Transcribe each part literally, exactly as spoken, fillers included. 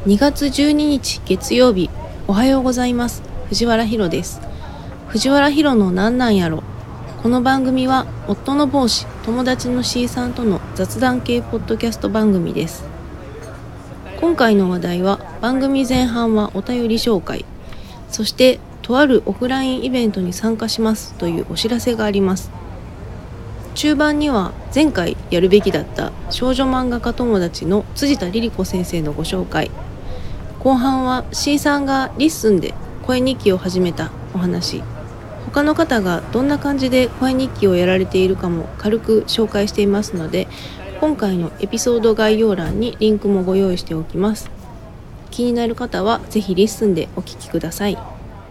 にがつじゅうににち月曜日、おはようございます。藤原ひろです。藤原ひろのなんなんやろ。この番組は夫の帽子、友達の C さんとの雑談系ポッドキャスト番組です。今回の話題は番組前半はお便り紹介、そしてとあるオフラインイベントに参加しますというお知らせがあります。中盤には前回やるべきだった少女漫画家友達の辻田リリ子先生のご紹介、後半は C さんがリッスンで声日記を始めたお話、他の方がどんな感じで声日記をやられているかも軽く紹介していますので、今回のエピソード概要欄にリンクもご用意しておきます。気になる方はぜひリッスンでお聞きください。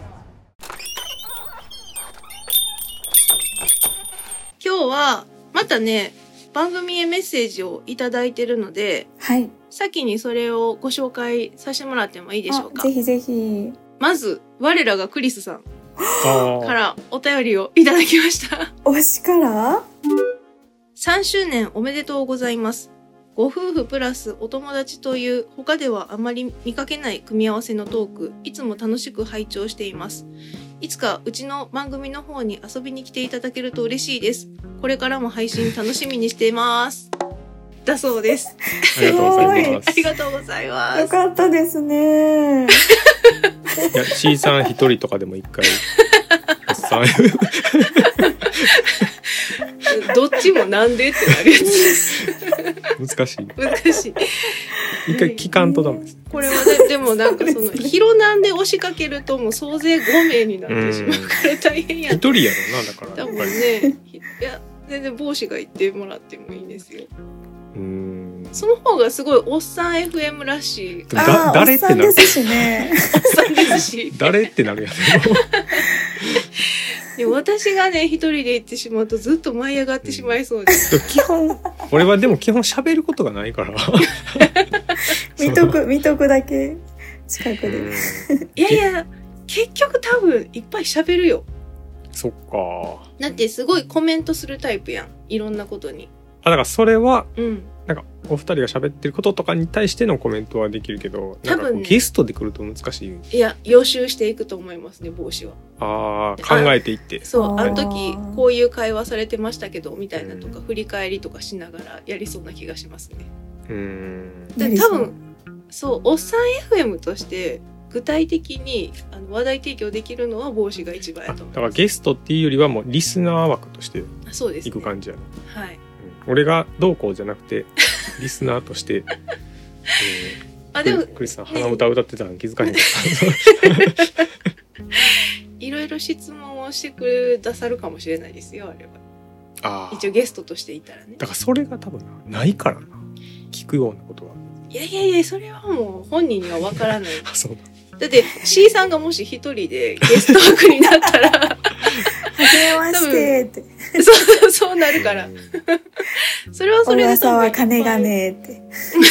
今日はまたね、番組へメッセージをいただいているので、 はい、 先にそれをご紹介させてもらってもいいでしょうか。 ぜひぜひ。 まず我らがクリスさんからお便りをいただきました。 推しからさんしゅうねんおめでとうございます。ご夫婦プラスお友達という他ではあまり見かけない組み合わせのトーク、いつも楽しく拝聴しています。いつかうちの番組の方に遊びに来ていただけると嬉しいです。これからも配信楽しみにしていますだそうです。 ありがとうございます。 ありがとうございます。 よかったですね。 いや、C さん一人とかでも一回おっさんどっちもなんでってなるやつ難しい難しい。 一回聞かんとダメです。 これは で, でもなんかそのヒロなんで押しかけるともう総勢ごめいになってしまうから大変や。 一人やろな、だから多分ね、いや全然帽子が言ってもらってもいいんですよ。 うーん、 その方がすごいおっさん エフエム らしい。 あ、誰ってなる。おっさんですしね。 おっさんですし。 誰ってなるやつ。 でも私がね一人で行ってしまうとずっと舞い上がってしまいそうです。 基本俺はでも基本喋ることがないから。 見とく見とくだけ近くで。 いやいや結局多分いっぱい喋るよ。 そっか。 だってすごいコメントするタイプやん、いろんなことに。 あ、だからそれは、 うん、 なんかお二人が喋ってることとかに対してのコメントはできるけど、なんかこう、ね、ゲストで来ると難しい。 いや、予習していくと思いますね、帽子は。 ああ、考えていって。 そう、あの時こういう会話されてましたけどみたいなとか、うん、振り返りとかしながらやりそうな気がしますね。 うーん。 で多分そうおっさん エフエム として具体的にあの話題提供できるのは帽子が一番やと思います。 だからゲストっていうよりはもうリスナー枠として行く感じやね。 はい。 俺がどうこうじゃなくてリスナーとして、えー、 あでもクリスさん、ね、鼻歌歌ってたの気づかへんかったいろいろ質問をしてくださるかもしれないですよ、あれは。 あ、 一応ゲストとしていたらね。 だからそれが多分ないからな、聞くようなことは。 いやいやいや、それはもう本人にはわからない。 あ、そうだって C さんがもし一人でゲスト枠になったらはじめましてってそうそうなるからそれはそれで噂は金がねえって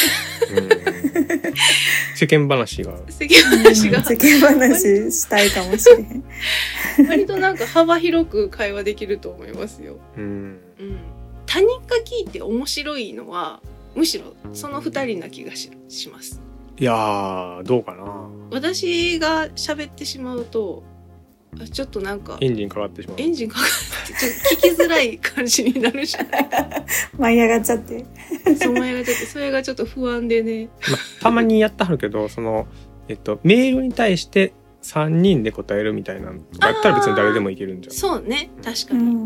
世間話が世間話が世間話したいかもしれへん割となんか幅広く会話できると思いますよ。 うん、うん、 他人が聞いて面白いのはむしろその二人な気が し, します。 いやー、どうかな。 私が喋ってしまうとちょっとなんかエンジンかかってしまう。 エンジンかかってちょっと聞きづらい感じになるじゃない舞い上がっちゃってそう舞い上がっちゃって、それがちょっと不安でね、 まあ、たまにやってはるけどその、えっと、メールに対してさんにんで答えるみたいなのだったら別に誰でもいけるんじゃん。 そうね、確かに、うん、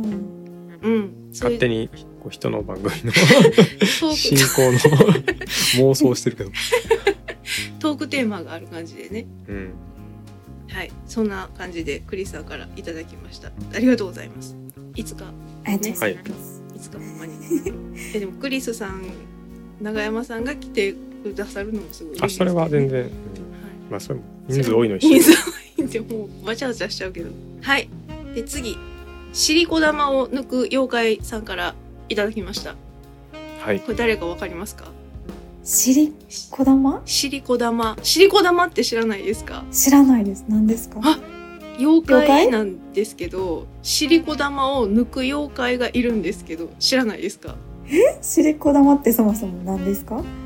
うん、 勝手にこう人の番組の進行の妄想してるけどトークテーマがある感じでね、 うん、 はい、そんな感じでクリスさんからいただきました。ありがとうございます。いつか、ね、 ありがとうございます、 はい、いつかほんまにねえでもクリスさん、永山さんが来てくださるのもすごい嬉しいです、ね、 あ、それは全然、うん、はい、まあそれも人数多いのに人数多いんでもうわちゃわちゃしちゃうけど。はい。で次、シリコ玉を抜く妖怪さんからいただきました。 はい。 これ誰かわかりますか？ シリコ玉？ シリコ玉。シリコ玉って知らないですか？ 知らないです。何ですか？ あ、妖怪なんですけど、シリコ玉を抜く妖怪がいるんですけど、知らないですか？ え？シリコ玉ってそもそも何ですか？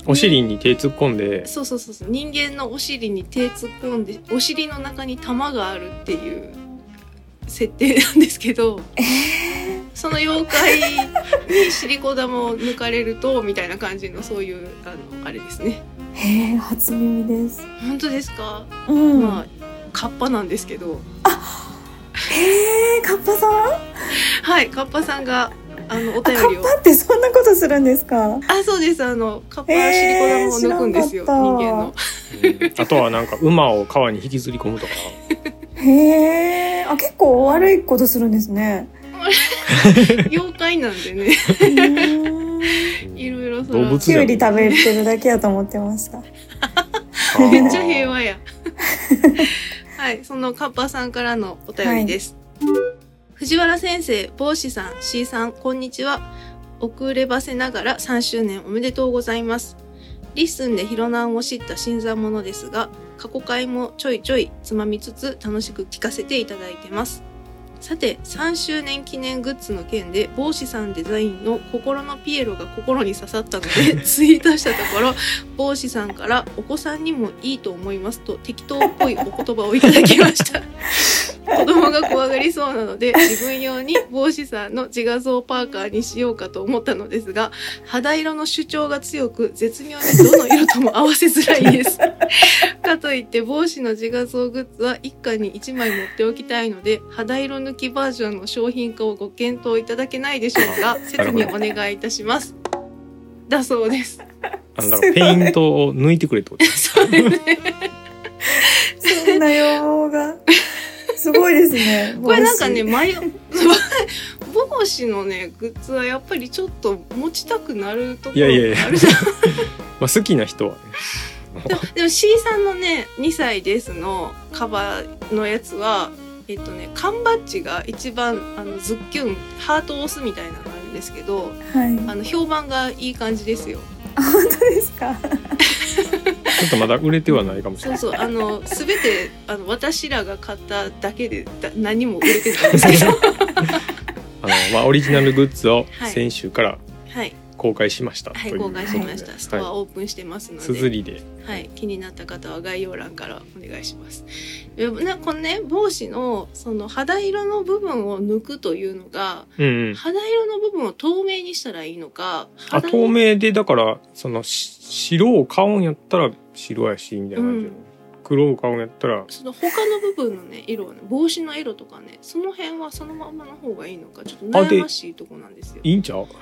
お尻に手突っ込んで、 そうそうそうそう、人間のお尻に手突っ込んでお尻の中に玉があるっていう設定なんですけど、 えー、 その妖怪にシリコ玉を抜かれるとみたいな感じのそういうあのあれですね。 へえ、初耳です。 本当ですか？ うん。 まあカッパなんですけど。 あ、へえ、カッパさん？ はい、カッパさんがあのお便りを。 カッパってそんなことするんですか？ あ、そうです。あのカッパはシリコ玉を抜くんですよ、 えー、 人間の。 うん、あとはなんか馬を川に引きずり込むとか。 へえ、あ、結構悪いことするんですね。 妖怪なんでね。いろいろ動物キュウリ食べてるだけやと思ってました。 めっちゃ平和や。はい、そのカッパさんからのお便りです。はい、藤原先生、帽子さん、C さん、こんにちは。遅ればせながらさんしゅうねんおめでとうございます。リッスンでヒロナンを知った新参者ですが、過去回もちょいちょいつまみつつ楽しく聞かせていただいてます。さて、さんしゅうねん記念グッズの件で帽子さんデザインの心のピエロが心に刺さったのでツイートしたところ、帽子さんからお子さんにもいいと思いますと適当っぽいお言葉をいただきました。子供が怖がりそうなので自分用に帽子さんの自画像パーカーにしようかと思ったのですが、肌色の主張が強く絶妙にどの色とも合わせづらいです。かといって帽子の自画像グッズは一家に一枚持っておきたいので、肌色抜きバージョンの商品化をご検討いただけないでしょうか。切にお願いいたします。だそうです。 あのだからペイントを抜いてくれってことです。 そうですね。 そんな要望がすごいですね。 これなんかね、マヨ帽子のねグッズはやっぱりちょっと持ちたくなるところがあるじゃん。いやいやいやまあ好きな人はね。 でも、でも C さんのねにさいですのカバーのやつはえっとね缶バッジが一番あのズッキュンハートを押すみたいなのがあるんですけど、 はい、 あの評判がいい感じですよ。 あ、本当ですか？ ちょっとまだ売れてはないかもしれない。 そうそう、あの全てあの私らが買っただけでだ何も売れてないんですけどあの、まあ、オリジナルグッズを先週からはい公開しました、 はい、はい、公開しました。ストアオープンしてますので、 綴りで、 はい、気になった方は概要欄からお願いします。なこのね帽子のその肌色の部分を抜くというのが、うんうん、肌色の部分を透明にしたらいいのか、 あ、透明でだからその白を買うんやったら白やしみたいな感じで、うん、黒を買うんやったらその他の部分のね色はね、帽子の色とかね、その辺はそのままの方がいいのかちょっと悩ましいとこなんですよ。 いいんちゃう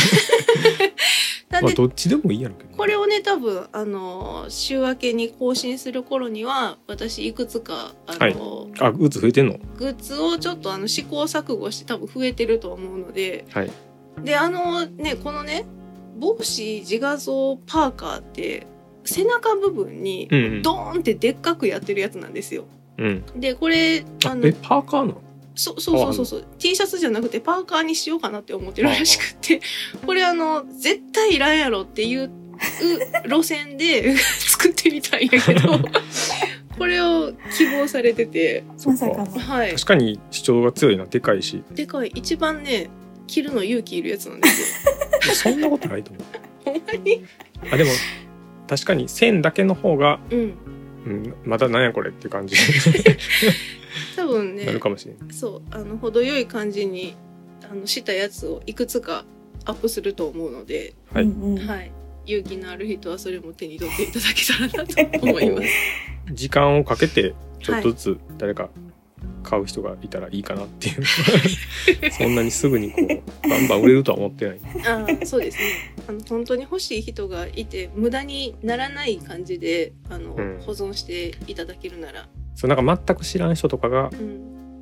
まあどっちでもいいやろけど、ね、 これをね多分あの週明けに更新する頃には私いくつかあの、はい、 あグッズ増えてんの？ グッズをちょっとあの試行錯誤して多分増えてると思うので、 はい、 であのねこのね帽子自画像パーカーって背中部分にドーンってでっかくやってるやつなんですよ。うん、でこれあのえパーカーなの？ そそうそうそうそう T シャツじゃなくてパーカーにしようかなって思ってるらしくて、これあの絶対いらんやろっていう路線で作ってみたんやけどこれを希望されてて、 まさかの、 はい、 確かに主張が強いな、でかいし、 でかい、一番ね着るの勇気いるやつなんですよそんなことないと思うほんまに。 あでも確かに線だけの方が、 うんうん、まだなんやこれって感じ多分ねなるかもしれない。 そうあの程よい感じにあのしたやつをいくつかアップすると思うので、 はい、 はい、勇気のある人はそれも手に取っていただけたらなと思います時間をかけてちょっとずつ誰か買う人がいたらいいかなっていう、はい、そんなにすぐにこうバンバン売れるとは思ってないあそうですね、あの本当に欲しい人がいて無駄にならない感じであの、うん、保存していただけるなら、 そうなんか全く知らん人とかが、うん、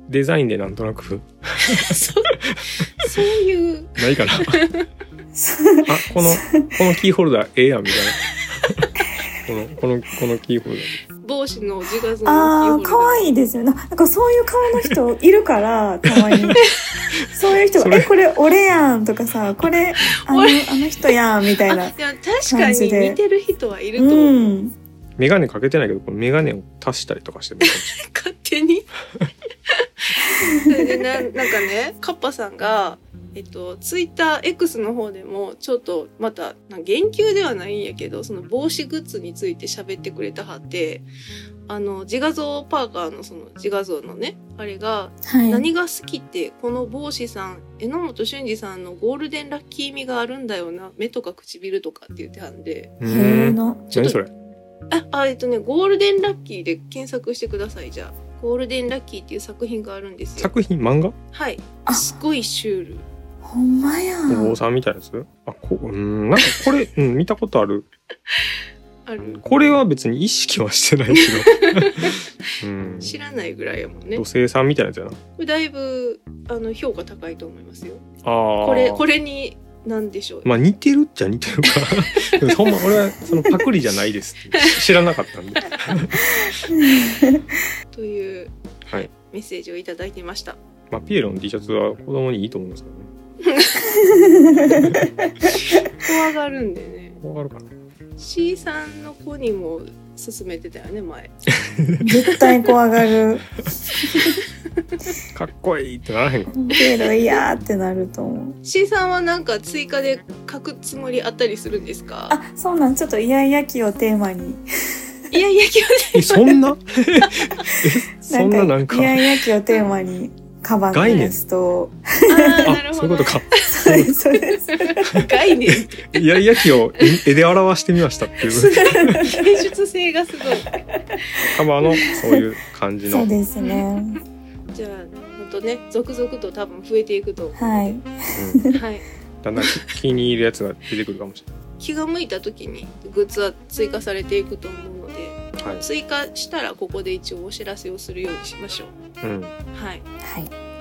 デザインでなんとなくそ, そういうないかなあこのこのキーホルダーええやんみたいなこのこのこのキーホルダー帽子の自画像のキーホルダー、 あー可愛いですよ。なんかそういう顔の人いるからたまにそういう人がえこれ俺やんとかさ、これあのあの人やんみたいな感じで、 あ確かに似てる人はいると思う、うん、 メガネかけてないけどこのメガネを足したりとかしても勝手にそれで な, なんかねカッパさんがえっと、ツイッター X の方でもちょっとまた言及ではないんやけど、その帽子グッズについて喋ってくれたはって、あの自画像パーカーのその自画像のねあれが、はい、何が好きってこの帽子さん榎本俊二さんのゴールデンラッキー味があるんだよな、目とか唇とかって言ってはんで、 へー何それ。 ああえっとねゴールデンラッキーで検索してください。じゃあゴールデンラッキーっていう作品があるんですよ。 作品漫画？ はい。すごいシュール。 ほんまや。 お坊さんみたいなやつ？あ、こう、ん、なんかこれ、うん、見たことある。 ある。 これは別に意識はしてないけど、うん、 知らないぐらいやもんね。 土星さんみたいなやつやな。これだいぶあの評価高いと思いますよ。 ああ。 これこれになんでしょう。 まあ似てるっちゃ似てるからほんま俺はそのパクリじゃないですって知らなかったんでという、 はい、 メッセージをいただいてました。 まあピエロの T シャツは子供にいいと思いますけどね。 怖がるんでね。 怖がるかな。 C さんの子にも勧めてたよね前。 絶対怖がる。 かっこいいってならへんか。 ピエロいやーってなると思う。 C さんはなんか追加で書くつもりあったりするんですか？ あ、そうなん、ちょっとイヤイヤ期をテーマに。 イヤイヤ期をテーマに。 そんなそんななんかイヤイヤ期をテーマにカバンのイラストを。 あ、なるほど。 そういうことか。 そうですそうです。 概念って。 イヤイヤ期を絵で表してみましたっていう。 芸術性がすごい。 カバーのそういう感じの。 そうですね。 じゃあ本当ね続々と多分増えていくと思う。 はい。 うん、はい。 だんだん気に入るやつが出てくるかもしれない。 気が向いた時にグッズは追加されていくと思うので、はい、追加したらここで一応お知らせをするようにしましょう。 うん。 はい。 はい。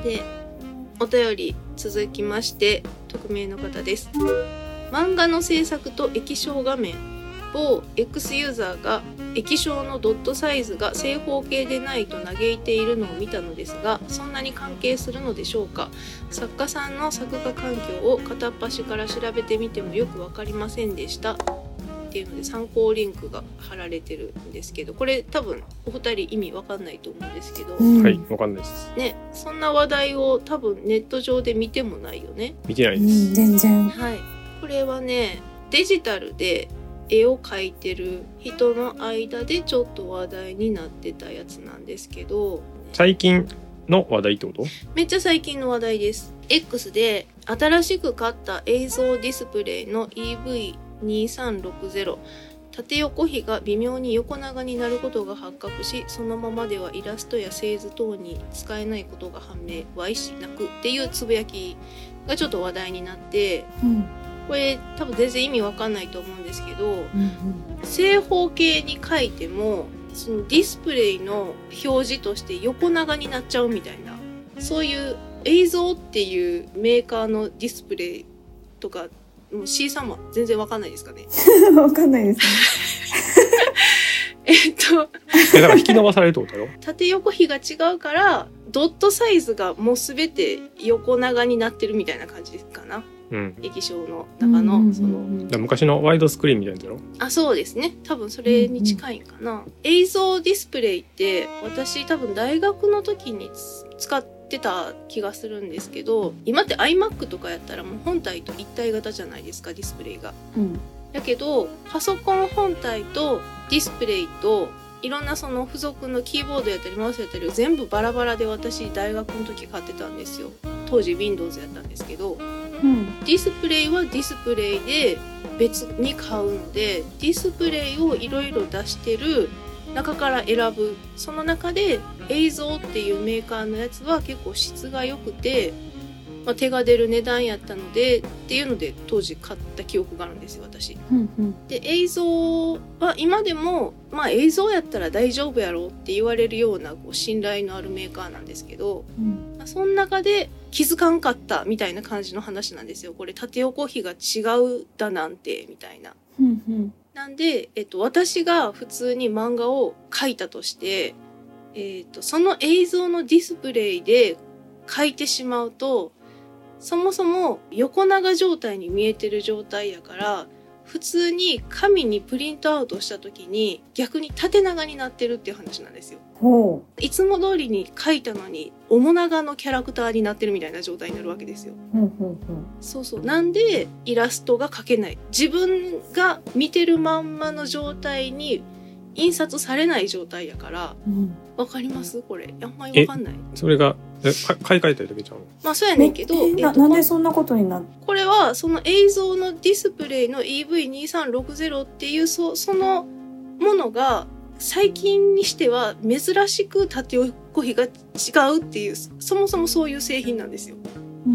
で、お便り続きまして匿名の方です。漫画の制作と液晶画面、某 X ユーザーが液晶のドットサイズが正方形でないと嘆いているのを見たのですが、そんなに関係するのでしょうか。作家さんの作画環境を片っ端から調べてみてもよく分かりませんでしたっていうので参考リンクが貼られてるんですけど、これ多分お二人意味分かんないと思うんですけど、 うん、 はい、分かんないですね。そんな話題を多分ネット上で見てもないよね。 見てないです、 うん、全然。 はい。これはねデジタルで絵を描いてる人の間でちょっと話題になってたやつなんですけど、 最近の話題ってこと？ めっちゃ最近の話題です。 X で新しく買った映像ディスプレイの イーブイにさんろくゼロ 縦横比が微妙に横長になることが発覚し、そのままではイラストや製図等に使えないことが判明、わいしなくっていうつぶやきがちょっと話題になって、うん、これ多分全然意味わかんないと思うんですけど、うんうん、正方形に書いてもそのディスプレイの表示として横長になっちゃうみたいな、そういう映像っていうメーカーのディスプレイとかもう C さんは全然わかんないですかね？ わかんないですね。 えっとだから引き伸ばされるってことだろ？ 縦横比が違うからドットサイズがもうすべて横長になってるみたいな感じかな。うん、液晶の中のその昔のワイドスクリーンみたいなやつだろ？あ、 そうですね。多分それに近いんかな。うんうん、映像ディスプレイって私多分大学の時に使ってた気がするんですけど、今って iMac とかやったらもう本体と一体型じゃないですか、ディスプレイが。うん、だけどパソコン本体とディスプレイといろんなその付属のキーボードやったりマウスやったりを全部バラバラで私大学の時買ってたんですよ。当時 Windows やったんですけど、うん、ディスプレイはディスプレイで別に買うので、ディスプレイをいろいろ出してる中から選ぶ。その中で映像っていうメーカーのやつは結構質が良くて、まあ、手が出る値段やったのでっていうので当時買った記憶があるんですよ私、うんうん、で映像は今でもまあ映像やったら大丈夫やろうって言われるようなこう信頼のあるメーカーなんですけど、うんまあ、その中で気づかんかったみたいな感じの話なんですよ。これ縦横比が違うだなんてみたいな、うんうん、なんで、えっと、私が普通に漫画を描いたとして、えっと、その映像のディスプレイで描いてしまうとそもそも横長状態に見えてる状態やから普通に紙にプリントアウトした時に逆に縦長になってるっていう話なんですよ。 ほいつも通りに描いたのに面長のキャラクターになってるみたいな状態になるわけですよ。 うほうほうほう。 そうそう。なんでイラストが描けない。自分が見てるまんまの状態に印刷されない状態やから、 うん、 わかりますこれ。あんまりわかんない。 それがえか買い替えたいだけじゃん。 まあそうやねんけど、 えなえっとなんでそんなことになっこれはその映像のディスプレイの イーブイにさんろくゼロ っていうそそのものが最近にしては珍しく縦横比が違うっていう、そもそもそういう製品なんですよ。 うん、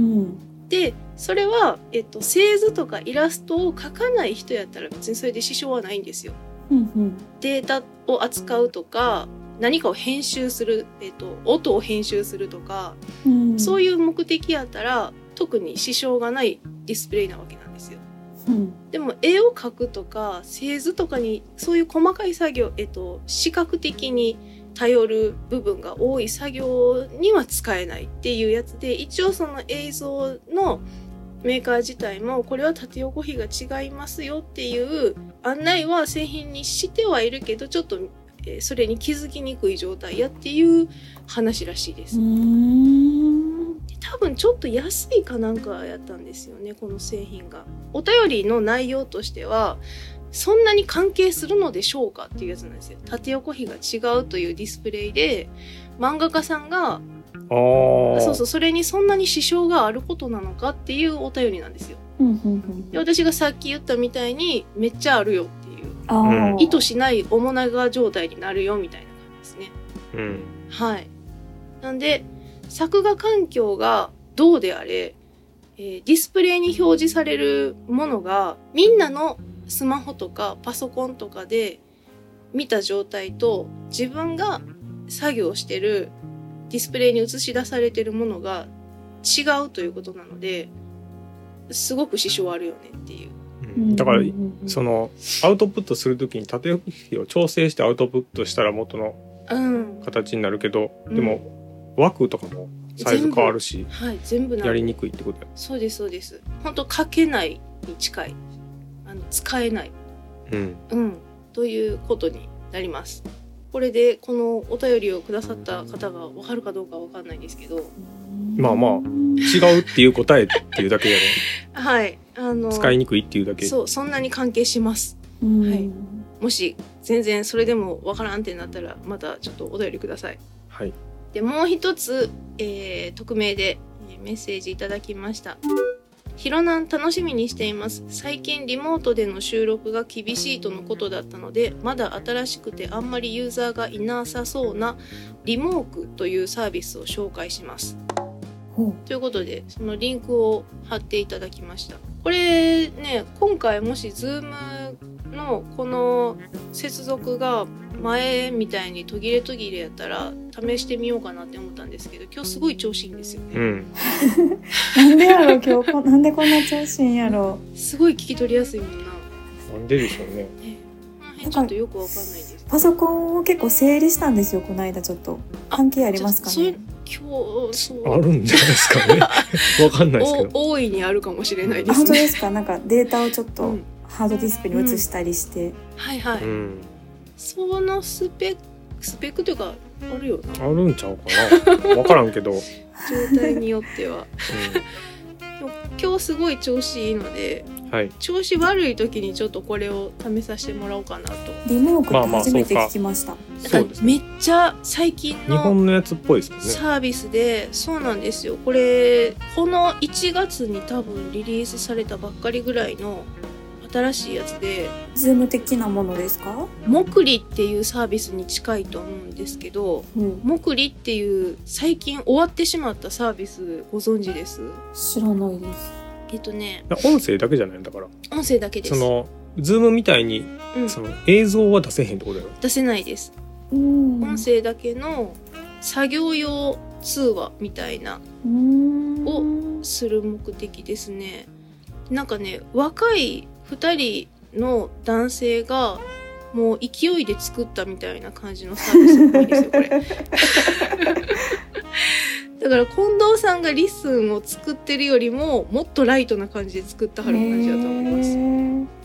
でそれは、えっと、製図とかイラストを描かない人やったら別にそれで支障はないんですよ。 うんうん、 データを扱うとか何かを編集する、えっと、音を編集するとか、 うん、 そういう目的やったら特に支障がないディスプレイなわけなんですよ。 うん、 でも絵を描くとか製図とかにそういう細かい作業、えっと、視覚的に頼る部分が多い作業には使えないっていうやつで、一応その映像のメーカー自体もこれは縦横比が違いますよっていう案内は製品にしてはいるけど、ちょっとえーそれに気づきにくい状態やっていう話らしいです。 うーん、 多分ちょっと安いかなんかやったんですよね、この製品が。お便りの内容としてはそんなに関係するのでしょうかっていうやつなんですよ。縦横比が違うというディスプレイで漫画家さんがあーそうそうそれにそんなに支障があることなのかっていうお便りなんですよ。 うんうんうんで私がさっき言ったみたいにめっちゃあるよっていう、 あー意図しない面長状態になるよみたいな感じですね。 うんはい。なんで作画環境がどうであれ、えーディスプレイに表示されるものがみんなのスマホとかパソコンとかで見た状態と自分が作業してるディスプレイに映し出されてるものが違うということなので、すごく支障あるよねっていう。 うんだからうんうんうんそのアウトプットするときに縦横比を調整してアウトプットしたら元のうん。 形になるけど、 うんでも枠とかもサイズ変わるしはい、全部なやりにくいってことや。 そうですそうです。本当書けないに近い。あの使えない。 うんうん、ということになります。これでこのお便りをくださった方が分かるかどうかわかんないですけど、 まあまあ違うっていう答えっていうだけやはい、あのろ。使いにくいっていうだけ。 そうそんなに関係します。 うんはいもし全然それでも分からんってなったらまたちょっとお便りください。 はい。 でもう一つ、えー、匿名でえーメッセージいただきました。ヒロナン楽しみにしています。最近リモートでの収録が厳しいとのことだったので、まだ新しくてあんまりユーザーがいなさそうなリモークというサービスを紹介します。 ほうということで、そのリンクを貼っていただきました。これね、今回もし Zoom のこの接続が前みたいに途切れ途切れやったら試してみようかなって思ったんですけど、今日すごい調子いいんですよね。 うん。 なんでやろ今日こなんでこんな調子いいんやろ。 すごい聞き取りやすいもんな。 なんででしょうね。 ね、この辺ちょっとよくわかんないです。 パソコンを結構整理したんですよこの間。ちょっと関係ありますかそういうね。 今日そうあるんじゃないですかね。わかんないですけど。 お大いにあるかもしれないであ本当すね。 ですか。なんかデータをちょっとうんハードディスクに移したりして、 はいはい。 うん。 そのスペックスペックというかあるよな。 あるんちゃうかな。わからんけど。うん。 状態によっては。でも今日すごい調子いいので、 はい。 調子悪い時にちょっとこれを試させてもらおうかなと。 リモークってまあまあ初めてそうか聞きました。 そうですね。 めっちゃ最近日の本のやつっぽいですもんね。 サービスで、そうなんですよ。これこのいちがつに多分リリースされたばっかりぐらいの新しいやつで、 ズーム的なものですか？ モクリっていうサービスに近いと思うんですけど、 うん、 モクリっていう最近終わってしまったサービスご存知です？ 知らないです。 えっとね、 音声だけじゃないんだから。 音声だけです。 そのズームみたいにうん、 その映像は出せへんってことだよ。 出せないです。 うん音声だけの作業用通話みたいなをする目的ですね。なんかね、若いふたりの男性がもう勢いで作ったみたいな感じのサービスっぽいんですよこれ。だから近藤さんがリッスンを作ってるよりももっとライトな感じで作ったはる感じだと思います。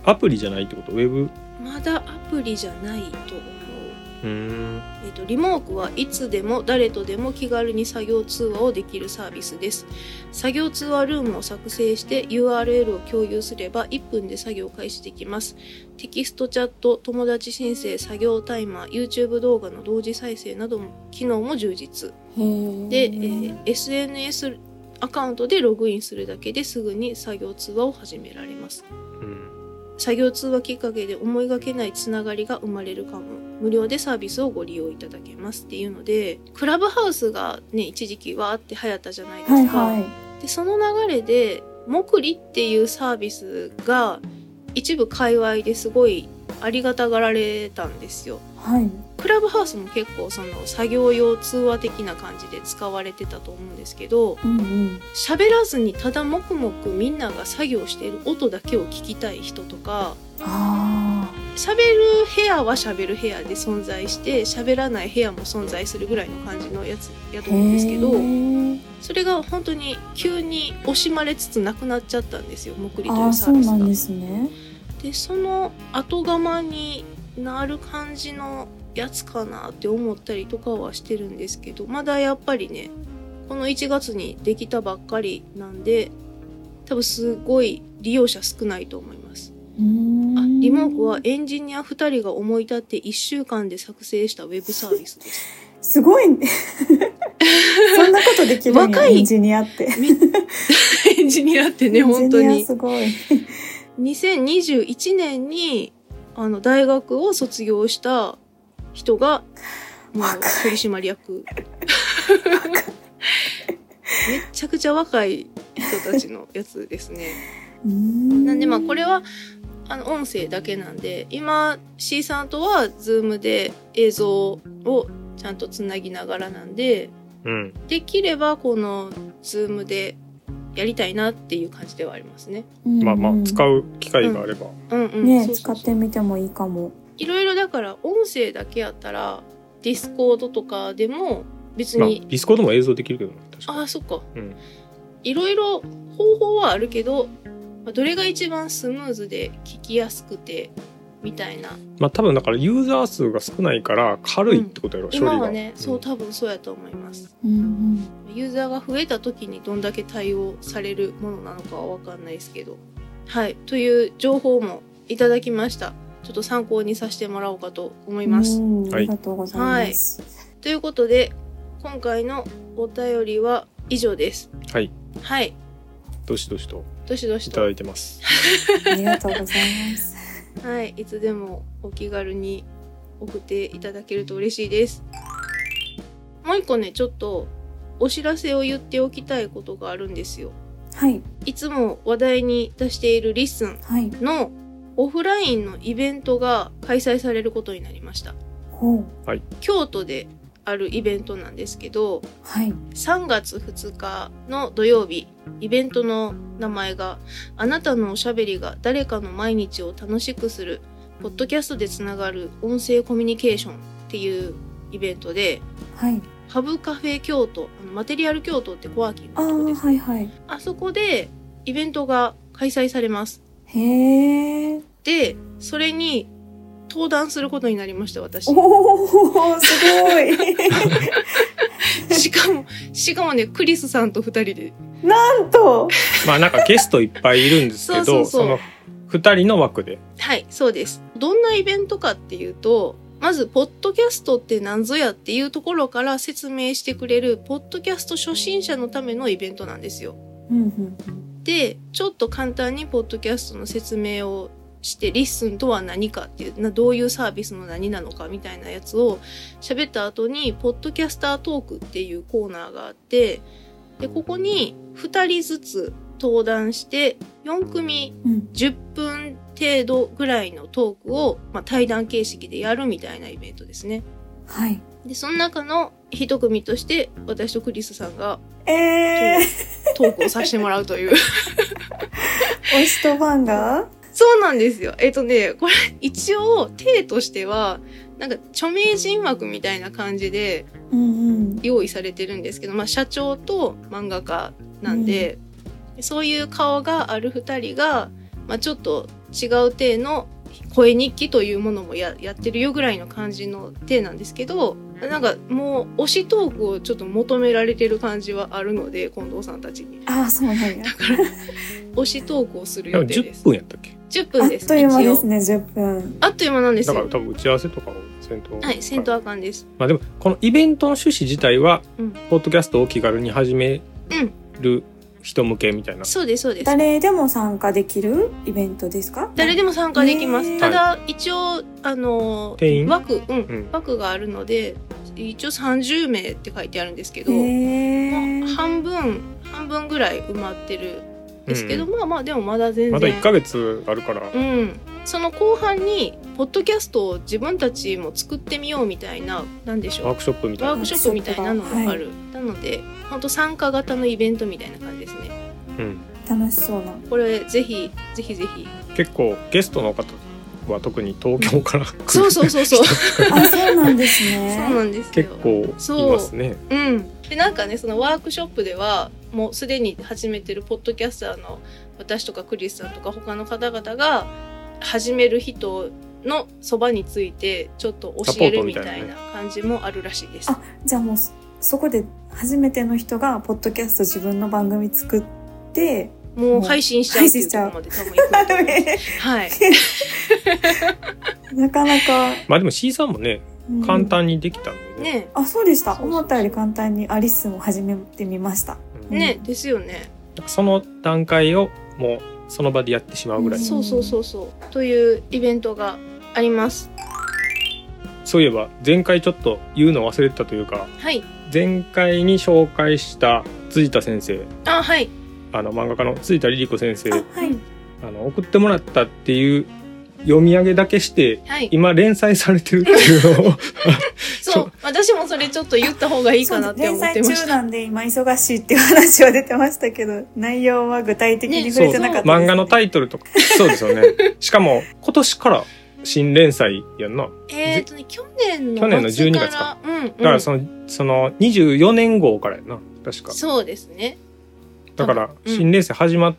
アプリじゃないってこと？ウェブ？ まだアプリじゃないと思う。 うーん。 えっと、リモークはいつでも誰とでも気軽に作業通話をできるサービスです。作業通話ルームを作成して ユーアールエル を共有すればいっぷんで作業開始できます。テキストチャット、友達申請、作業タイマー、YouTube 動画の同時再生なども機能も充実。 へーで、えー エスエヌエス アカウントでログインするだけですぐに作業通話を始められます。 うん。 作業通話きっかけで思いがけないつながりが生まれるかも。無料でサービスをご利用いただけますっていうので、クラブハウスがね、一時期わーって流行ったじゃないですか。 はいはい。 で、その流れで、もくりっていうサービスが一部界隈ですごいありがたがられたんですよ。 はい。 クラブハウスも結構その作業用通話的な感じで使われてたと思うんですけど、 うんうん。 喋らずにただ黙々みんなが作業している音だけを聞きたい人とか、 あ喋る部屋は喋る部屋で存在して喋らない部屋も存在するぐらいの感じのやつやとあ。 思うんですけど、 へーそれが本当に急に惜しまれつつなくなっちゃったんですよ、もくりといあー、 うサービスが。 そうなんですね。 でその後釜になる感じのやつかなって思ったりとかはしてるんですけど、まだやっぱりねこのいちがつにできたばっかりなんで多分すごい利用者少ないと思います。 うーんあ、リモークはエンジニアふたりが思い立っていっしゅうかんで作成したウェブサービスです。 すごいね。そんなことできるんや、 若いエンジニアって。 エンジニアってね、本当エンジニアに。 すごい。 にせんにじゅういちねんにあの大学を卒業した人がもう取締役。めっちゃくちゃ若い人たちのやつですね。 うーんなんでまあこれはあの音声だけなんで、今 C さんとは Zoom で映像をちゃんとつなぎながらなんで、 うん。 できればこの Zoom でやりたいなっていう感じではありますね。 うんうんまあまあ使う機会があれば。 うんうん。 ね、 そうそうそう使ってみてもいいかも。 いろいろだから音声だけやったらディスコードとかでも別まあ、 に、 ディスコードも映像できるけどね、確かに。 ああそっか、 うん。 いろいろ方法はあるけど、まあどれが一番スムーズで聞きやすくてみたいな。 まあ多分だからユーザー数が少ないから軽いってことやろ、処理が。 今はね、 うんそう多分そうやと思います。 うんうんユーザーが増えた時にどんだけ対応されるものなのかは分かんないですけど、はいという情報もいただきました。ちょっと参考にさせてもらおうかと思います。 うん、ありがとうございます。 ということで今回のお便りは以上です。 はい。 はい、 どしどしとどしどしといただいてます。 ありがとうございます。 はい、いつでもお気軽に送っていただけると嬉しいです。もう一個ね、ちょっとお知らせを言っておきたいことがあるんですよ。 はいいつも話題に出しているリッスンはい。 のオフラインのイベントが開催されることになりました。 ほう。 京都であるイベントなんですけど、 はい。 さんがつふつかの土曜日、イベントの名前があなたのおしゃべりが誰かの毎日を楽しくするポッドキャストでつながる音声コミュニケーションっていうイベントで、 はい。 ハブカフェ京都、あのマテリアル京都ってコワーキングああ、 のとこです。 はいはい。 あそこでイベントが開催されます。 へえ。 で、それに登壇することになりました、私。 おお、すごい。 しかも、しかもね、クリスさんとふたりで。 なんと。 まあなんかゲストいっぱいいるんですけど、 そうそうそうそのふたりの枠で。 はい、そうです。どんなイベントかっていうと、まず、ポッドキャストって何ぞやっていうところから説明してくれる、ポッドキャスト初心者のためのイベントなんですよ。 うんうんで、ちょっと簡単にポッドキャストの説明をして、リッスンとは何かっていうな、どういうサービスの何なのかみたいなやつを喋った後に、ポッドキャスタートークっていうコーナーがあって、で、ここにふたりずつ登壇して、よんくみうん。 じゅっぷん程度ぐらいのトークを、まあ、対談形式でやるみたいなイベントですね。 はい。 で、その中の一組として、私とクリスさんがええトークをさせてもらうという。 ー、推しとファンがそうなんですよ。えっとね、これ一応体としては、なんか著名人枠みたいな感じでうんうん。 用意されてるんですけど、まあ社長と漫画家なんで、そういう顔がある二人が、まあちょっと違う体の声日記というものも や, やってるよぐらいの感じの体なんですけど、なんかもう推しトークをちょっと求められてる感じはあるので、近藤さんたちに。 ああ、そうなんや。 推しトークをする予定です。 じゅっぷんやったっけ？ じゅっぷんです。 あっという間ですね、じゅっぷん。 あっという間なんですよ。 だから多分打ち合わせとかをせんと。 はい、せんとあかんです。 まあでもこのイベントの趣旨自体は、 うん、 ポッドキャストを気軽に始める人向けみたいな。 そうですそうです。 誰でも参加できるイベントですか？ 誰でも参加できます。ただ、はい、一応あの定員枠、うんうん、 枠があるので、一応さんじゅうめいって書いてあるんですけど、もう半分半分ぐらい埋まってるんですけど、うん、まあまあでもまだ全然まだいっかげつあるから、 うん、その後半にポッドキャストを自分たちも作ってみようみたいな、なんでしょう、 ワークショップみたいなワークショップみたいなのもある、はい、なので本当参加型のイベントみたいな感じですね。 うん、 楽しそうな。 これぜひぜひぜひ。 結構ゲストの方は特に東京から来る、 そうそうそうそうあ、そうなんですね。 そうなんですよ。 結構いますね。 うん。でなんかね、そのワークショップではもうすでに始めてるポッドキャスターの私とかクリスさんとか他の方々が始める人のそばについてちょっと教えるみたいな感じもあるらしいです。 あ、じゃあもうそこで初めての人がポッドキャスト自分の番組作ってもう配信しちゃうっていうところまで多分行くと思いますはいなかなか。 まあでも C さんもね、うん、簡単にできたんで ね, ね。あ、そうでした。思ったより簡単にアリスも始めてみました、 うん、ね、ですよね。 その段階をもうその場でやってしまうぐらい、うん、 そうそうそうそうというイベントがあります。 そういえば前回ちょっと言うの忘れてたというか、 はい、 前回に紹介した辻田先生、 あ、はい、 あの漫画家の辻田リリ子先生、 あ、はい、 あの送ってもらったっていう読み上げだけして、 はい、 今連載されてるっていうのをそう私もそれちょっと言った方がいいかなって思ってました。 連載中なんで今忙しいっていう話は出てましたけど、内容は具体的に触れてなかったです、ね、 漫画のタイトルとかそうですよねしかも今年から新連載やんな。 えーとね、去年の去年のじゅうにがつか、 うんうん、 だからその、そのにじゅうよねん号からやな、確か。 そうですね。 だから新連載始まって、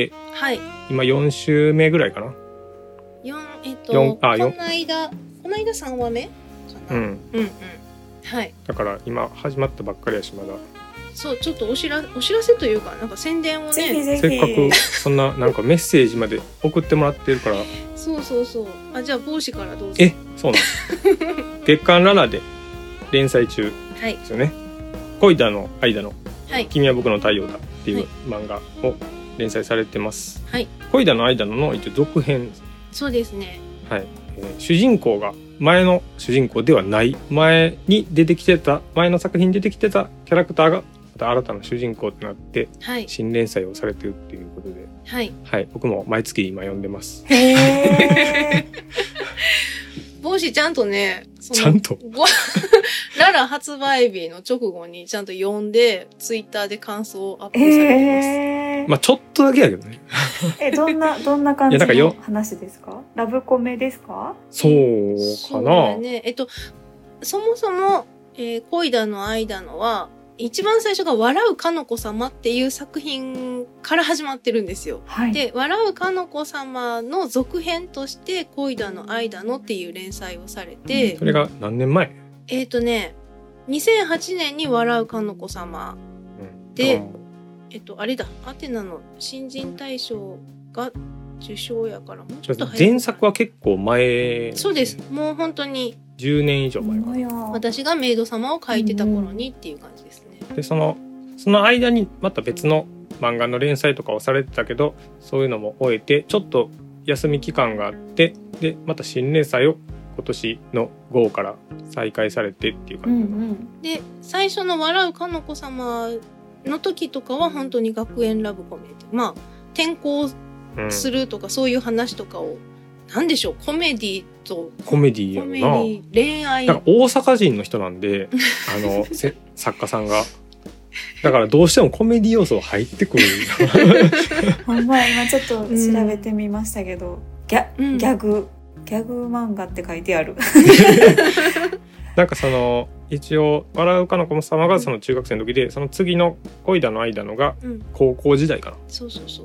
うん、はい、 今よん週目ぐらいかな。 よんえっとあこの間この間さんわめかな、うん、うんうんはい。 だから今始まったばっかりやしまだ。 そうちょっとお知らお知らせというかなんか宣伝をね、 ぜひぜひせっかくそんななんかメッセージまで送ってもらってるからそうそうそう。あ、じゃあ帽子からどうぞ。 え、そうなん月刊ララで連載中ですよね、はい、恋だの愛だの、はい、君は僕の太陽だっていう漫画を連載されてます、はい、恋だの愛だのの一応続編。 そうですね、 はい、えー、主人公が前の主人公ではない、前に出てきてた前の作品に出てきてたキャラクターがまた新たな主人公となって、はい、新連載をされてるっていうことで、はいはい、僕も毎月今読んでます。 へー帽子ちゃんとね、そのちゃんとララ発売日の直後にちゃんと読んでツイッターで感想をアップされてます、 えー、 まあちょっとだけやけどねえ、どんなどんな感じの話ですか？ラブコメですか？ そうかな。 そうね、えっとそもそも、えー、恋だの愛だのは一番最初が笑うかの子様っていう作品から始まってるんですよ、はい、で笑うかの子様の続編として恋だの愛だのっていう連載をされて、 うん、それが何年前？ えっとねにせんはちねんに笑うかの子様、うん、で、えっとあれだアテナの新人大賞が受賞やからもうちょっと早い。 前作は結構前。 そうです、もう本当にじゅうねん以上前かな。 私がメイド様を描いてた頃にっていう感じですね、うん、 でそのその間にまた別の漫画の連載とかをされてたけど、そういうのも終えてちょっと休み期間があって、でまた新連載を今年の号から再開されてっていう感じ、うんうん、 で最初の笑うかの子様の時とかは本当に学園ラブコメで、まあ転校するとかそういう話とかを、うん、なんでしょう、コメディとコメディやんな、 コメディ恋愛、 だから大阪人の人なんであの作家さんがだからどうしてもコメディ要素入ってくるほんま今ちょっと調べてみましたけど、うん、ギャ、うん、ギャグギャグ漫画って書いてあるなんかその一応笑うかの子様がその中学生の時で、その次の恋だの愛だのが高校時代かな、 うん、そうそうそう。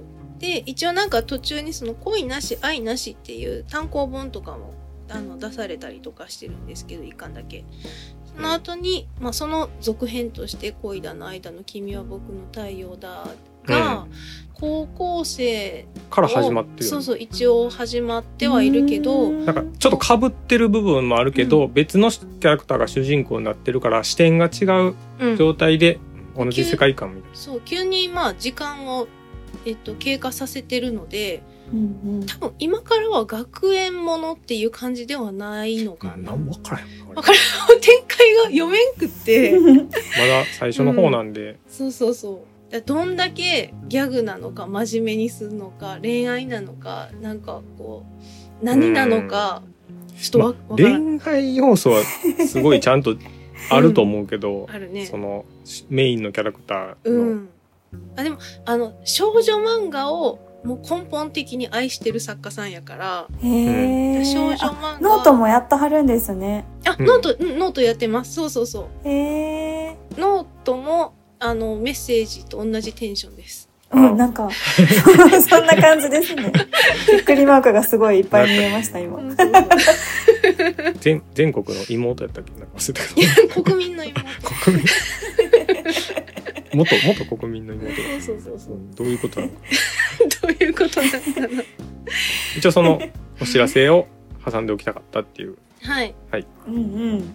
で一応なんか途中にその恋なし愛なしっていう単行本とかもあの出されたりとかしてるんですけど、一巻だけ。その後に、まあ、その続編として恋だの愛だの君は僕の太陽だが、うん、高校生から始まってる、ね、 そうそう一応始まってはいるけど、 なんかちょっと被ってる部分もあるけど、うん、別のキャラクターが主人公になってるから視点が違う状態で同じ世界観みたいな、 うん、そう急にまあ時間を、えっと、経過させてるので、うんうん、多分今からは学園ものっていう感じではないのかな。 何も分からへん。 分からん展開が読めんくってまだ最初の方なんで、 うん、そうそうそう。どんだけギャグなのか真面目にするのか恋愛なのかなんかこう何なのかちょっとわ、ま、わからん。 恋愛要素はすごいちゃんとあると思うけど、 うん、あるね、 そのメインのキャラクターの、 うん、あでもあの少女漫画をもう根本的に愛してる作家さんやから、 へー、 少女漫画ノートもやってはるんですね。 あ、うん、ノート、うん、ノートやってます。そうそうそう。 へー、 ノートもあのメッセージと同じテンションです。 うん、なんかそんな感じですね。びっくりマークがすごいいっぱい見えました今。 全, 全国の妹やったっけなんか忘れたけど。 国民の妹。 国民。元元国民の妹。 そうそうそう。 どういうことなのか。 どういうことなんだろう。 一応そのお知らせを挟んでおきたかったっていう。 はい。 はい。 うんうん。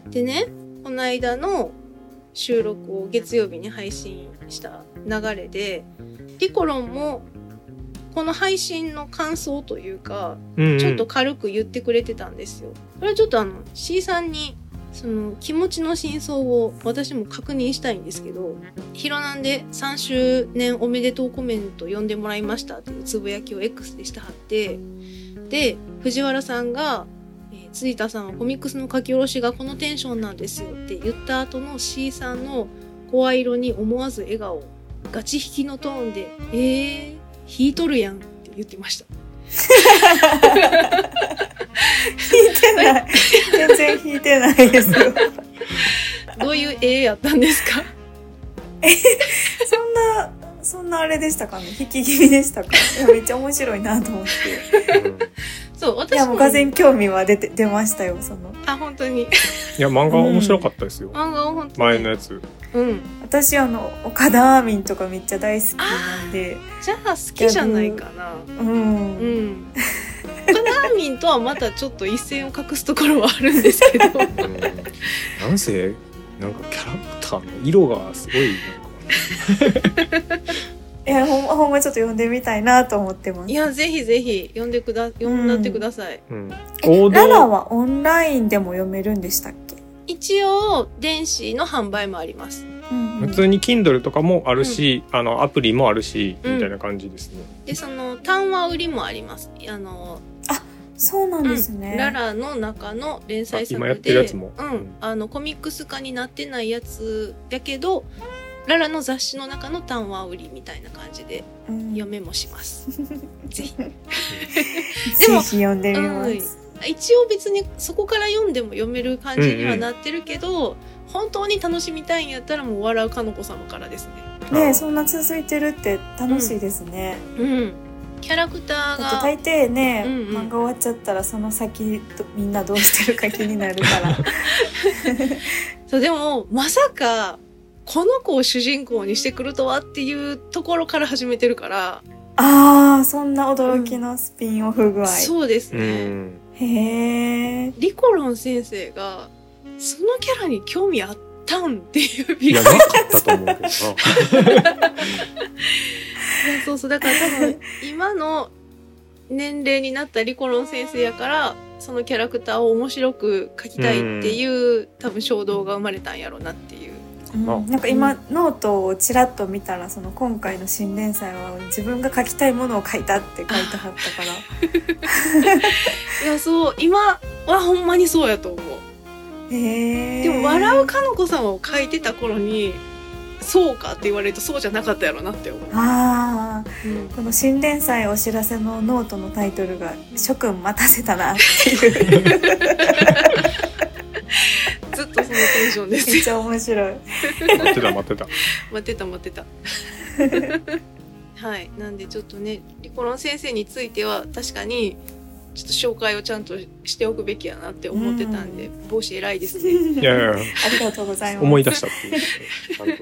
でね、この間の収録を月曜日に配信した流れで、リコロンもこの配信の感想というか、うんうん、ちょっと軽く言ってくれてたんですよ。これはちょっとあの C さんにその気持ちの真相を私も確認したいんですけど、ヒロナンでさんしゅうねんおめでとうコメント読んでもらいましたっていうつぶやきを X でしてはって、で藤原さんが辻田さんはコミックスの書き下ろしがこのテンションなんですよって言った後の C さんの声色に思わず笑顔、ガチ引きのトーンでえー、弾いとるやんって言ってました。 弾いてない。全然弾いてないですよ。 どういう絵やったんですか？ え、そんなそんなあれでしたかね。引き気味でしたか？いやめっちゃ面白いなと思って。 そう、私も。 いやもうがぜん興味は出て出ましたよその。 あ、本当に。いや漫画面白かったですよ。 うん、漫画は本当に。 前のやつ。 うん。 私あの岡田アーミンとかめっちゃ大好きなんで。 じゃあ好きじゃないかな。 うん。 うん。岡田アーミンとはまたちょっと一線を画すところはあるんですけど。うん、 なんせなんかキャラクターの色がすごいなんか。 いやほんまほんまちょっと読んでみたいなと思ってます。 いやぜひぜひ読んでくだ読んだってください。 うんうん、 えララはオンラインでも読めるんでしたっけ？ 一応電子の販売もあります。 うんうん、 普通に Kindle とかもあるし、うん、あのアプリもあるし、うん、みたいな感じですね。 でその単話売りもあります。あのあそうなんですね。 うん、ララの中の連載作で今やってるやつも、 うん、あのコミックス化になってないやつだけど。ララの雑誌の中の単話売りみたいな感じで読めもします。うん、ぜひ。でもぜひ読んでみます、うん。 一応別にそこから読んでも読める感じにはなってるけど、うんうん、本当に楽しみたいんやったらもう笑うかのこ様からですね。 ねえそんな続いてるって楽しいですね。 うん。うん、キャラクターが大抵ね、うんうん、漫画終わっちゃったらその先みんなどうしてるか気になるから。 そうでもまさか。この子を主人公にしてくるとはっていうところから始めてるから。 ああ、そんな驚きのスピンオフ具合。うん、 そうですね。うん、 へえ。 リコロン先生がそのキャラに興味あったんっていうびっくり。いやなかったと思うけどな。 そうそうだから多分今の年齢になったリコロン先生やからそのキャラクターを面白く描きたいっていう、うん、多分衝動が生まれたんやろうなっていう。 うん、なんか今、うん、ノートをちらっと見たらその今回の新連載は自分が書きたいものを書いたって書いてはったからいやそう今はほんまにそうやと思う。 へーでも笑うかのこさんを書いてた頃にそうかって言われるとそうじゃなかったやろなって思う。 あ、うん、この新連載お知らせのノートのタイトルが諸君待たせたなっていうずっとそのテンションです。 めっちゃ面白い。 待ってた待ってた待ってた待ってた。 はい、なんでちょっとねリコロン先生については確かにちょっと紹介をちゃんとしておくべきやなって思ってたんで、うん、帽子偉いですね。 いやいやありがとうございます。 思い出したっていうちゃんと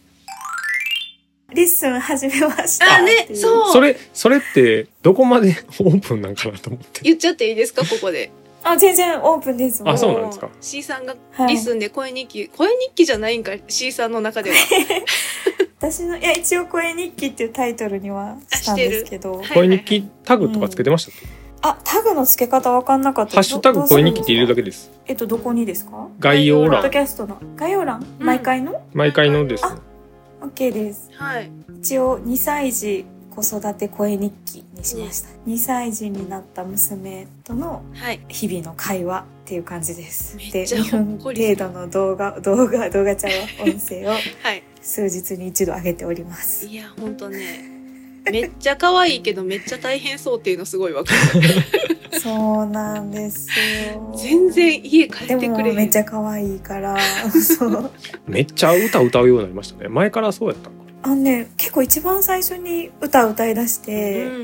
リッスン始めましたあね、そうそれそれってどこまでオープンなんかなと思って言っちゃっていいですかここで。 あ、全然オープンです。 あ、そうなんですか。 C さんがリッスンで声日記、はい、声日記じゃないんか C さんの中では私のいや一応声日記っていうタイトルにはしたんですけど、 声日記タグとかつけてましたっけ、うん、 あ、タグの付け方分かんなかった。 ハッシュタグ声日記って入れるだけです。 えっとどこにですか？ 概要欄。 ポッドキャストの概要欄、うん、毎回の毎回のですね。 あ、OK です。 はい。 一応にさい児子育て声日記にしました、ね、にさい児になった娘との日々の会話っていう感じです、はい、でにふん程度の動画動画動画ちゃうわ音声を数日に一度上げております、 はい、いやほんとねめっちゃ可愛いけどめっちゃ大変そうっていうのすごいわかるそうなんですよ。 全然家帰ってくれへん。 でもめっちゃ可愛いからそうめっちゃ歌歌うようになりましたね。前からそうやったの？ あのね、結構一番最初に歌歌い出して、うん、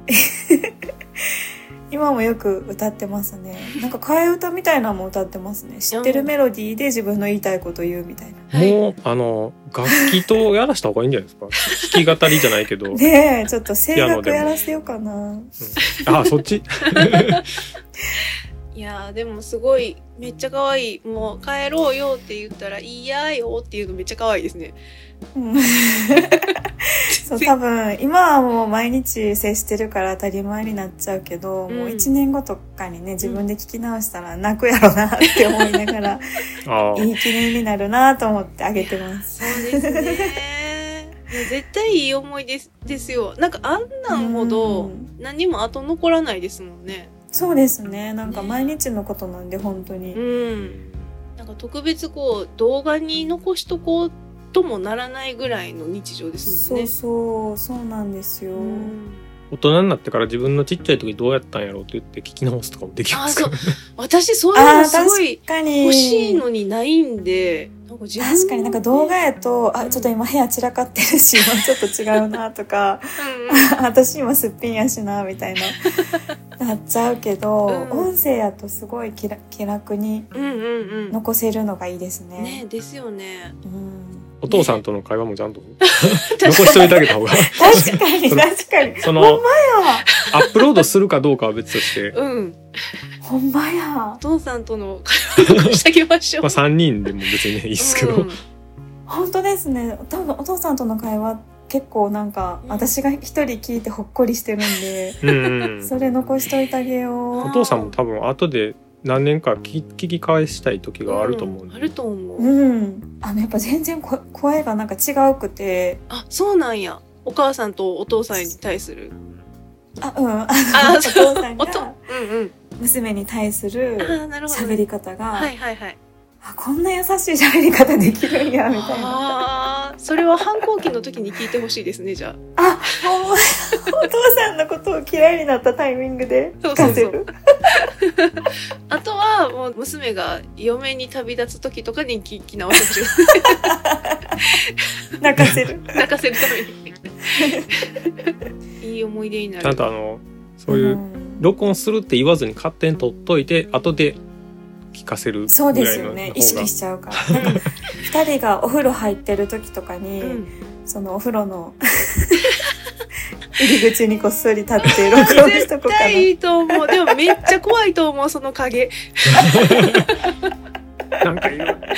今もよく歌ってますね。なんか替え歌みたいなのも歌ってますね。知ってるメロディーで自分の言いたいこと言うみたいな。 もうあの楽器とやらした方がいいんじゃないですか。弾き語りじゃないけどねえ、ちょっと声楽やらせようかな、うん、 あ、そっちいやでもすごいめっちゃ可愛い。もう帰ろうよって言ったらいやよっていうのめっちゃ可愛いですね。 そう、多分今はもう毎日接してるから当たり前になっちゃうけど、うん、もういちねんごとかにね自分で聞き直したら泣くやろなって思いながら、うん、いい記念になるなと思ってあげてます。 そうですねいや絶対いい思い出 す, ですよ。なんかあんなんほど何も後残らないですもんね。 そうですね。なんか毎日のことなんで本当に、 うん、なんか特別こう動画に残しとこうともならないぐらいの日常ですもんね。 そうそうそうなんですよ、うん、 大人になってから自分のちっちゃい時どうやったんやろうって言って聞き直すとかもできますか？ あ、そう。私そういうのすごい欲しいのにないんで、なんか自分確かになんか動画やと、あ、ちょっと今部屋散らかってるし今ちょっと違うなとかうん、うん、私今すっぴんやしなみたいななっちゃうけど、うん、音声やとすごい気楽に残せるのがいいですね。 うんうんうん、ねですよね。 うん、お父さんとの会話もちゃんと残しといてあげた方が確かに確かにそのほんまやアップロードするかどうかは別として、 うん、 ほんまやお父さんとの会話残してあげましょう。 まあさんにんでも別にねいいですけど、うん、 本当ですね。多分お父さんとの会話結構なんか私が一人聞いてほっこりしてるんで、うん、それ残しといてあげよう。 お父さんも多分後で何年か聞き、聞き返したい時があると思う、 うん、あると思う、 うん、あのやっぱ全然こ声がなんか違うくて。 あ、そうなんや。お母さんとお父さんに対するあ、うん、あのお父さんが娘に対する喋り方が、 はいはいはい、 あ、こんな優しい喋り方できるんやみたいな。 あ、それは反抗期の時に聞いてほしいですね。じゃあ、 あ、お前お父さんのことを嫌いになったタイミングで聞かせる。そうそうそうあとはもう娘が嫁に旅立つ時とかに聞き直してほしい。 泣かせる泣かせるためにいい思い出になる。 ちゃんとあのそういう録音するって言わずに勝手に取っといて、うん、後で聞かせるぐらいの。 そうですよね。意識しちゃうからなんかふたりがお風呂入ってる時とかに、うん、そのお風呂の入り口にこっそり立って録音しとこうかな。絶対いいと思う。でもめっちゃ怖いと思う、その影。 なんか言う。なんと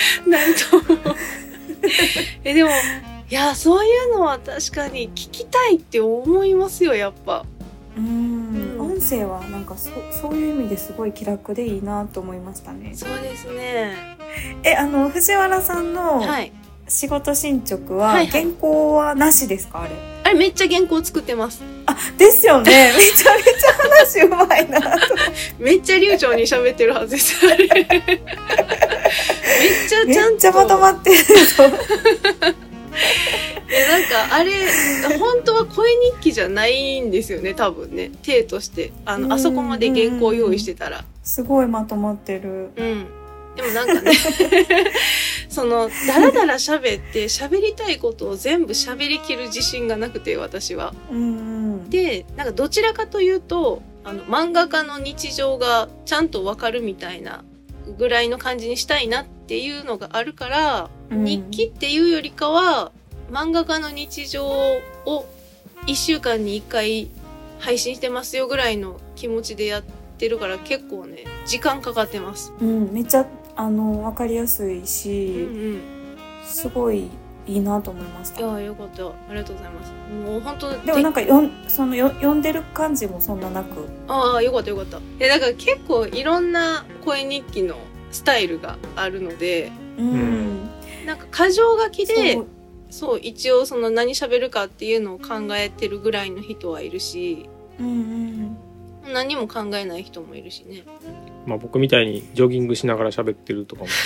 えでもいやそういうのは確かに聞きたいって思いますよ、やっぱ。 うーん、音声はなんか そ, そういう意味ですごい気楽でいいなと思いましたね。 そうですね。 え、あの藤原さんの仕事進捗は、はいはい、原稿はなしですか？あれあれめっちゃ原稿作ってます。 あ、ですよね。めちゃめちゃ話うまいなとめっちゃ流暢に喋ってるはずですあれめっちゃちゃんとめっちゃまとまってるぞいやなんかあれ本当は声日記じゃないんですよね、多分ね、体としてあのあそこまで原稿用意してたらすごいまとまってる。 うんでもなんかねそのダラダラ喋って喋りたいことを全部喋りきる自信がなくて私は、うんうん、でなんかどちらかというとあの漫画家の日常がちゃんとわかるみたいなぐらいの感じにしたいなっていうのがあるから、うん、日記っていうよりかは漫画家の日常をいっしゅうかんにいっかい配信してますよぐらいの気持ちでやってるから結構ね時間かかってます、 うん、めっちゃあの分かりやすいし、うんうん、すごいいいなと思いました。 いやよかった、ありがとうございます。もう本当でもなんかよんそのよ読んでる感じもそんななく、 ああよかったよかった。えだから結構いろんな声日記のスタイルがあるので、うん、なんか箇条書きでそうそう一応その何喋るかっていうのを考えてるぐらいの人はいるし、うんうん、何も考えない人もいるしね。 まあ僕みたいにジョギングしながら喋ってるとかも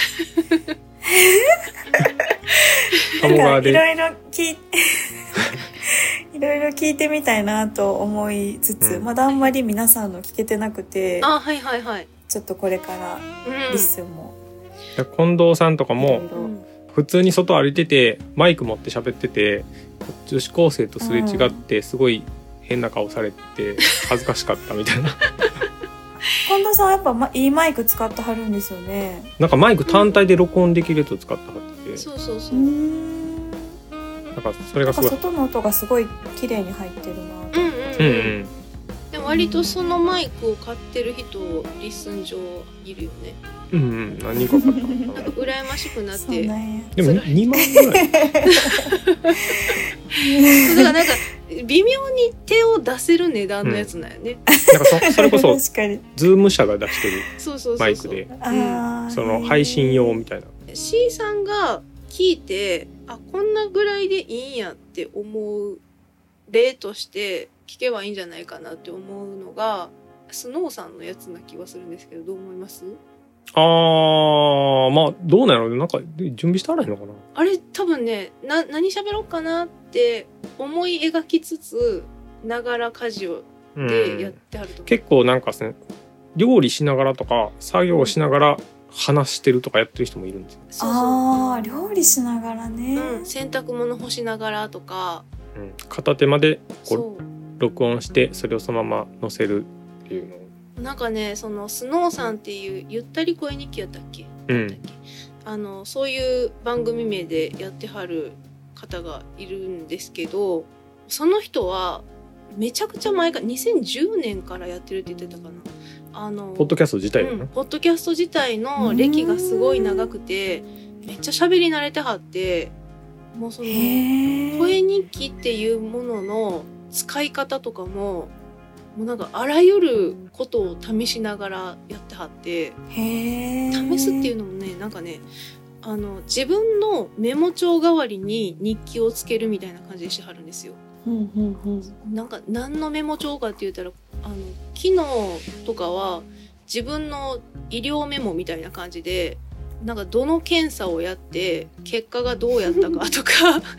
鴨川でいろいろ聞いいろいろ聞いてみたいなと思いつつ、うん、まだあんまり皆さんの聞けてなくて、 あはいはいはい、 ちょっとこれからリッスンも、 うん、近藤さんとかも普通に外歩いててマイク持って喋ってて女子高生とすれ違ってすごい変な顔されて恥ずかしかったみたいな近藤さんはやっぱ、ま、いいマイク使ってはるんですよね。 なんかマイク単体で録音できるやつを使ってはって、 うん、そうそうそう、うーんなんかそれがすごい外の音がすごい綺麗に入ってるな。 うんうんうん、うんうんでも割とそのマイクを買ってる人リッスン上いるよね。 うんうん何人か買ったのなんか羨ましくなってでもにまんぐらいだからなんか微妙に手を出せる値段のやつなんよね、 うん、なんか そ, それこそズーム社が出してるマイクでその配信用みたいな C さんが聞いてあこんなぐらいでいいんやって思う例として聞けばいいんじゃないかなって思うのがスノーさんのやつな気はするんですけどどう思います？ あーまあどうなのなんか準備してあらへんのかなあれ多分ねな何喋ろうかなって思い描きつつながら家事をでやってはると思う、うん、 結構なんかね料理しながらとか作業しながら話してるとかやってる人もいるんですよ、 うん、そうそうああ料理しながらね、 うん、洗濯物干しながらとか、 うん、片手までこう録音してそれをそのまま載せるっていうのをなんかねそのスノーさんっていうゆったり声日記やったっけ、うん、だったっけあのそういう番組名でやってはる方がいるんですけどその人はめちゃくちゃ前からにせんじゅうねんからやってるって言ってたかなあのポッドキャスト自体の、 うん、ポッドキャスト自体の歴がすごい長くてめっちゃ喋り慣れてはってもうその声日記っていうものの使い方とかももうなんかあらゆることを試しながらやってはってへ試すっていうのもねなんかねあの自分のメモ帳代わりに日記をつけるみたいな感じでしてはるんですよ、うんうんうん、なんか何のメモ帳かって言ったらあの昨日とかは自分の医療メモみたいな感じでなんかどの検査をやって結果がどうやったかとかなんか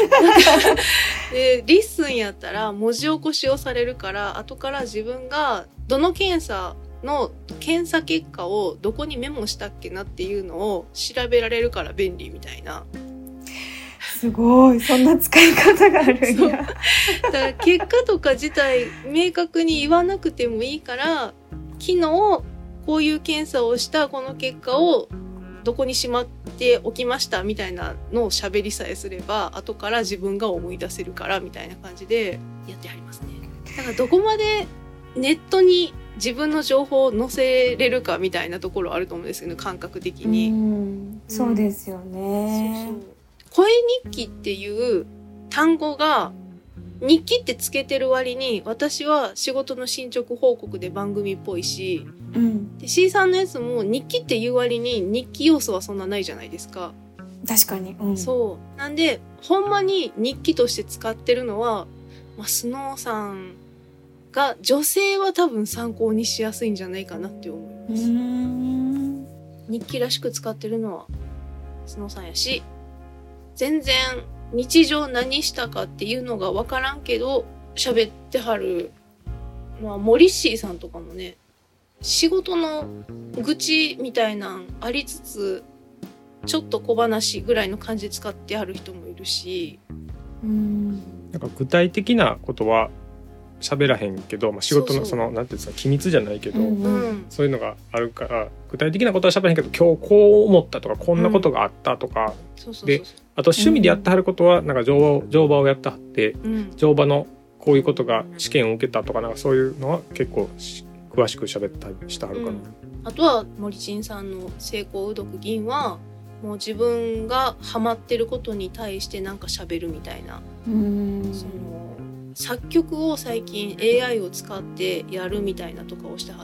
でリッスンやったら文字起こしをされるから後から自分がどの検査の検査結果をどこにメモしたっけなっていうのを調べられるから便利みたいなすごいそんな使い方があるんやだから結果とか自体明確に言わなくてもいいから昨日こういう検査をしたこの結果をどこにしまっておきましたみたいなのを喋りさえすれば後から自分が思い出せるからみたいな感じでやってはりますね。だからどこまでネットに自分の情報を載せれるかみたいなところあると思うんですけど感覚的に。 うんそうですよね、 うん、そうそう声日記っていう単語が日記ってつけてる割に私は仕事の進捗報告で番組っぽいし、うん、で C さんのやつも日記っていう割に日記要素はそんなないじゃないですか。 確かに、うん、 そうなんでほんまに日記として使ってるのは、まあ、スノーさんが女性は多分参考にしやすいんじゃないかなって思います。うーん日記らしく使ってるのはスノーさんやし全然日常何したかっていうのが分からんけど喋ってはる、まあ、モリッシーさんとかもね仕事の愚痴みたいなんありつつちょっと小話ぐらいの感じで使ってある人もいるし、 うん、 なんか具体的なことは喋らへんけど、まあ、仕事のそのなんていうんですか機密じゃないけど、うんうん、そういうのがあるから具体的なことは喋らへんけど今日こう思ったとかこんなことがあったとか、うん、であと趣味でやってはることはなんか乗馬を、乗馬をやってはって、うん、乗馬のこういうことが試験を受けたとかなんかそういうのは結構詳しく喋ったりしてはるかな、うん、 あとは森珍さんの成功うどく銀はもう自分がハマってることに対してなんか喋るみたいな、うん、その作曲を最近 エーアイ を使ってやるみたいなとかをしてはって、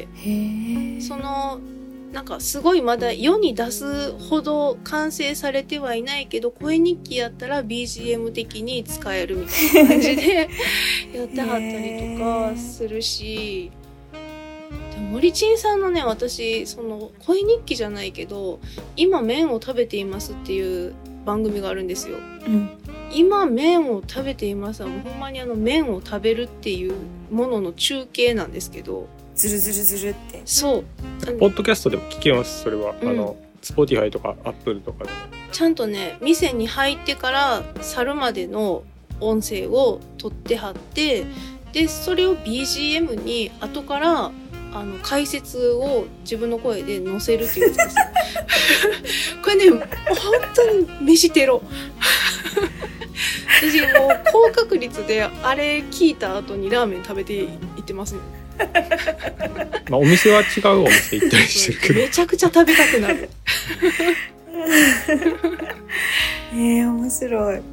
へそのなんかすごいまだ世に出すほど完成されてはいないけど声日記やったら ビージーエム 的に使えるみたいな感じでやってはったりとかするし、でも森珍さんのね私その声日記じゃないけど今麺を食べていますっていう番組があるんですよ、うん、今麺を食べていますはもうほんまにあの麺を食べるっていうものの中継なんですけどズルズルズルってそうポッドキャストでも聞けますそれは、うん、あの Spotify とか Apple とかでもちゃんとね店に入ってから去るまでの音声を取ってはってでそれを ビージーエム に後からあの解説を自分の声で載せるっていうやつですこれね本当に飯テロ私もう高確率であれ聞いた後にラーメン食べていってますねまあお店は違うお店行ったりしてるけどめちゃくちゃ食べたくなるえー、面白い、うん、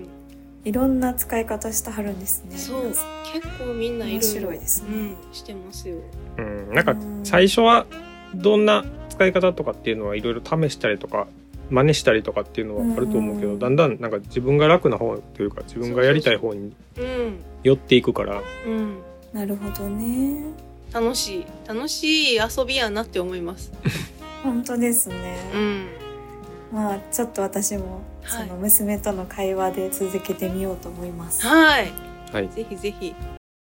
いろんな使い方してはるんですね。 そう結構みんないろいろ面白いですね、 うん、してますよ、 うん、なんか最初はどんな使い方とかっていうのはいろいろ試したりとか真似したりとかっていうのはあると思うけど、だんだんなんか自分が楽な方というか自分がやりたい方に寄っていくから、 うんうん、 なるほどね。 楽しい楽しい遊びやなって思います本当ですね、 うん、 まあちょっと私もその娘との会話で続けてみようと思います。 はい、 はい、 ぜひぜひ。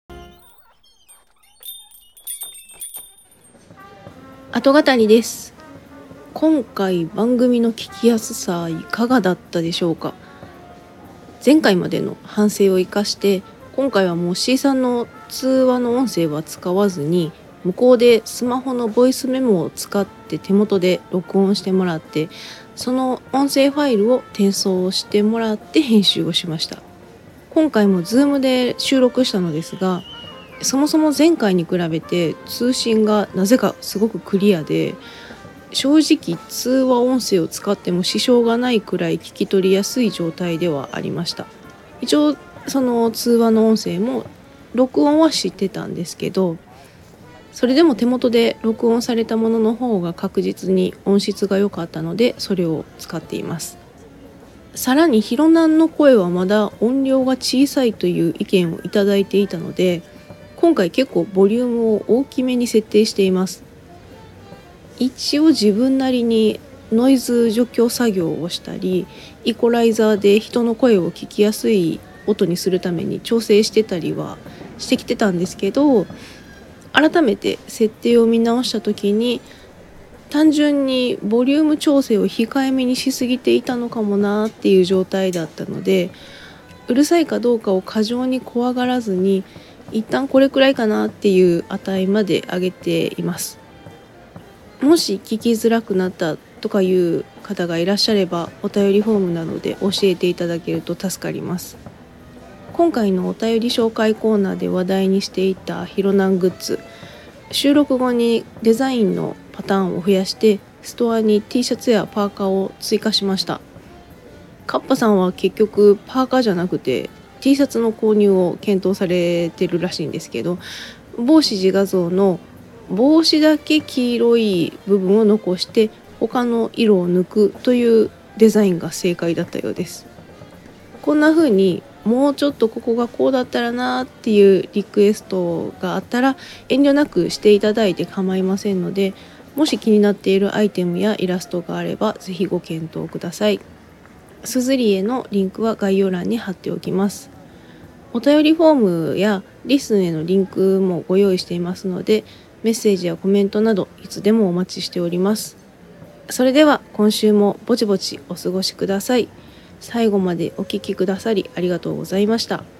後語です。今回番組の聞きやすさいかがだったでしょうか。前回までの反省を生かして今回はもう C さんの通話の音声は使わずに向こうでスマホのボイスメモを使って手元で録音してもらってその音声ファイルを転送してもらって編集をしました。今回も Zoom で収録したのですがそもそも前回に比べて通信がなぜかすごくクリアで正直通話音声を使っても支障がないくらい聞き取りやすい状態ではありました。一応その通話の音声も録音は知ってたんですけどそれでも手元で録音されたものの方が確実に音質が良かったのでそれを使っています。さらにヒロナンの声はまだ音量が小さいという意見をいただいていたので今回結構ボリュームを大きめに設定しています。一応自分なりにノイズ除去作業をしたりイコライザーで人の声を聞きやすい音にするために調整してたりはしてきてたんですけど改めて設定を見直した時に単純にボリューム調整を控えめにしすぎていたのかもなっていう状態だったのでうるさいかどうかを過剰に怖がらずに一旦これくらいかなっていう値まで上げています。もし聞きづらくなったとかいう方がいらっしゃればお便りフォームなどで教えていただけると助かります。今回のお便り紹介コーナーで話題にしていたヒロナングッズ収録後にデザインのパターンを増やしてストアに T シャツやパーカーを追加しました。カッパさんは結局パーカーじゃなくて T シャツの購入を検討されてるらしいんですけど帽子自画像の帽子だけ黄色い部分を残して他の色を抜くというデザインが正解だったようです。こんな風にもうちょっとここがこうだったらなっていうリクエストがあったら遠慮なくしていただいて構いませんのでもし気になっているアイテムやイラストがあればぜひご検討ください。すずりへのリンクは概要欄に貼っておきます。お便りフォームやリスンへのリンクもご用意していますのでメッセージやコメントなどいつでもお待ちしております。それでは今週もぼちぼちお過ごしください。最後までお聞きくださりありがとうございました。